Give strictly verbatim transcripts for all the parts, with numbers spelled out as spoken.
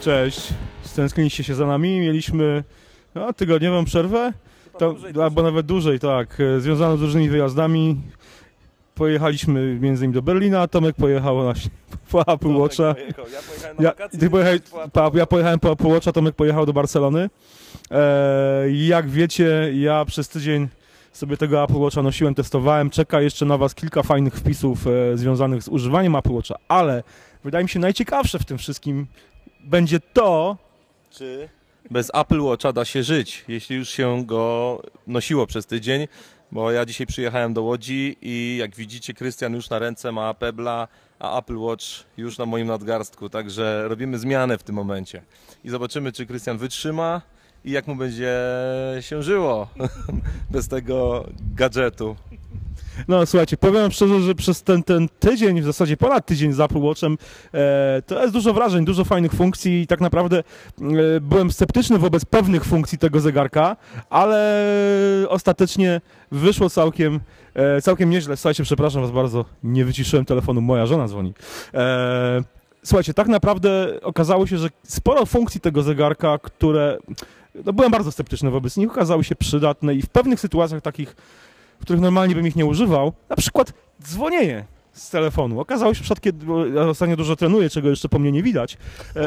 Cześć, stęskniliście się za nami, mieliśmy no, tygodniową przerwę, to, albo nawet dłużej, tak, związaną z różnymi wyjazdami. Pojechaliśmy między innymi do Berlina, Tomek pojechał na, po Apple Watcha. Ja pojechałem na Ja, wakacje. ty pojechałeś, pa, ja pojechałem po Apple Watcha, Tomek pojechał do Barcelony. E, jak wiecie, ja przez tydzień sobie tego Apple Watcha nosiłem, testowałem. Czeka jeszcze na Was kilka fajnych wpisów e, związanych z używaniem Apple Watcha, ale wydaje mi się najciekawsze w tym wszystkim będzie to, Czy bez Apple Watcha da się żyć, jeśli już się go nosiło przez tydzień? Bo ja dzisiaj przyjechałem do Łodzi i jak widzicie, Krystian już na ręce ma Pebla, a Apple Watch już na moim nadgarstku, także robimy zmianę w tym momencie. I zobaczymy, czy Krystian wytrzyma i jak mu będzie się żyło bez tego gadżetu. no słuchajcie, powiem szczerze, że przez ten, ten tydzień, w zasadzie ponad tydzień z Apple Watchem, e, to jest dużo wrażeń, dużo fajnych funkcji i tak naprawdę e, byłem sceptyczny wobec pewnych funkcji tego zegarka, ale ostatecznie wyszło całkiem, e, całkiem nieźle. Słuchajcie, przepraszam Was bardzo, nie wyciszyłem telefonu, moja żona dzwoni. E, słuchajcie, tak naprawdę okazało się, że sporo funkcji tego zegarka, które, no byłem bardzo sceptyczny wobec nich, okazały się przydatne i w pewnych sytuacjach takich, w których normalnie bym ich nie używał, na przykład dzwonienie z telefonu. Okazało się, że kiedy bo ja ostatnio dużo trenuję, czego jeszcze po mnie nie widać,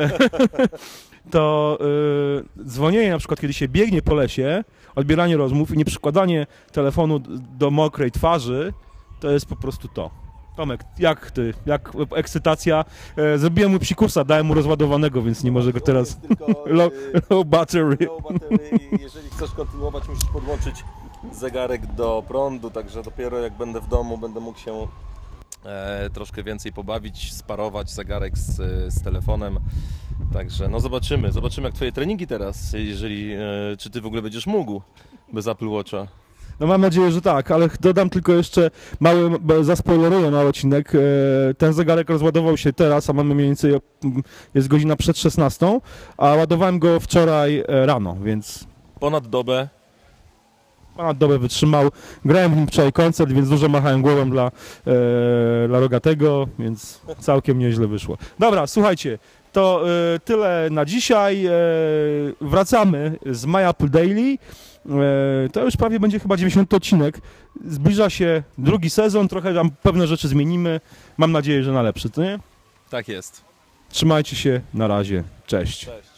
to yy, dzwonienie na przykład, kiedy się biegnie po lesie, odbieranie rozmów i nie przykładanie telefonu do mokrej twarzy, to jest po prostu to. Tomek, jak ty? Jak ekscytacja? E, zrobiłem mu psikusa, dałem mu rozładowanego, więc nie może go teraz... Tylko, Low, low battery. low battery i jeżeli chcesz kontynuować, musisz podłączyć zegarek do prądu, także dopiero jak będę w domu, będę mógł się e, troszkę więcej pobawić, sparować zegarek z, z telefonem. Także no zobaczymy, zobaczymy jak twoje treningi teraz, jeżeli, e, czy ty w ogóle będziesz mógł bez Apple Watcha. No mam nadzieję, że tak, ale dodam tylko jeszcze mały, bo zaspoileruję mały odcinek. E, Ten zegarek rozładował się teraz, a mamy mniej więcej, mm, jest godzina przed szesnastą, a ładowałem go wczoraj e, rano, więc Ponad dobę. ponad dobę wytrzymał. Grałem w nim wczoraj koncert, więc dużo machałem głową dla, e, dla Rogatego, więc całkiem nieźle wyszło. Dobra, słuchajcie, to e, tyle na dzisiaj. E, wracamy z My Apple Daily. E, to już prawie będzie chyba dziewięćdziesiąty odcinek. Zbliża się drugi sezon, trochę tam pewne rzeczy zmienimy. Mam nadzieję, że na lepszy, to nie? Tak jest. Trzymajcie się, na razie, cześć. Cześć.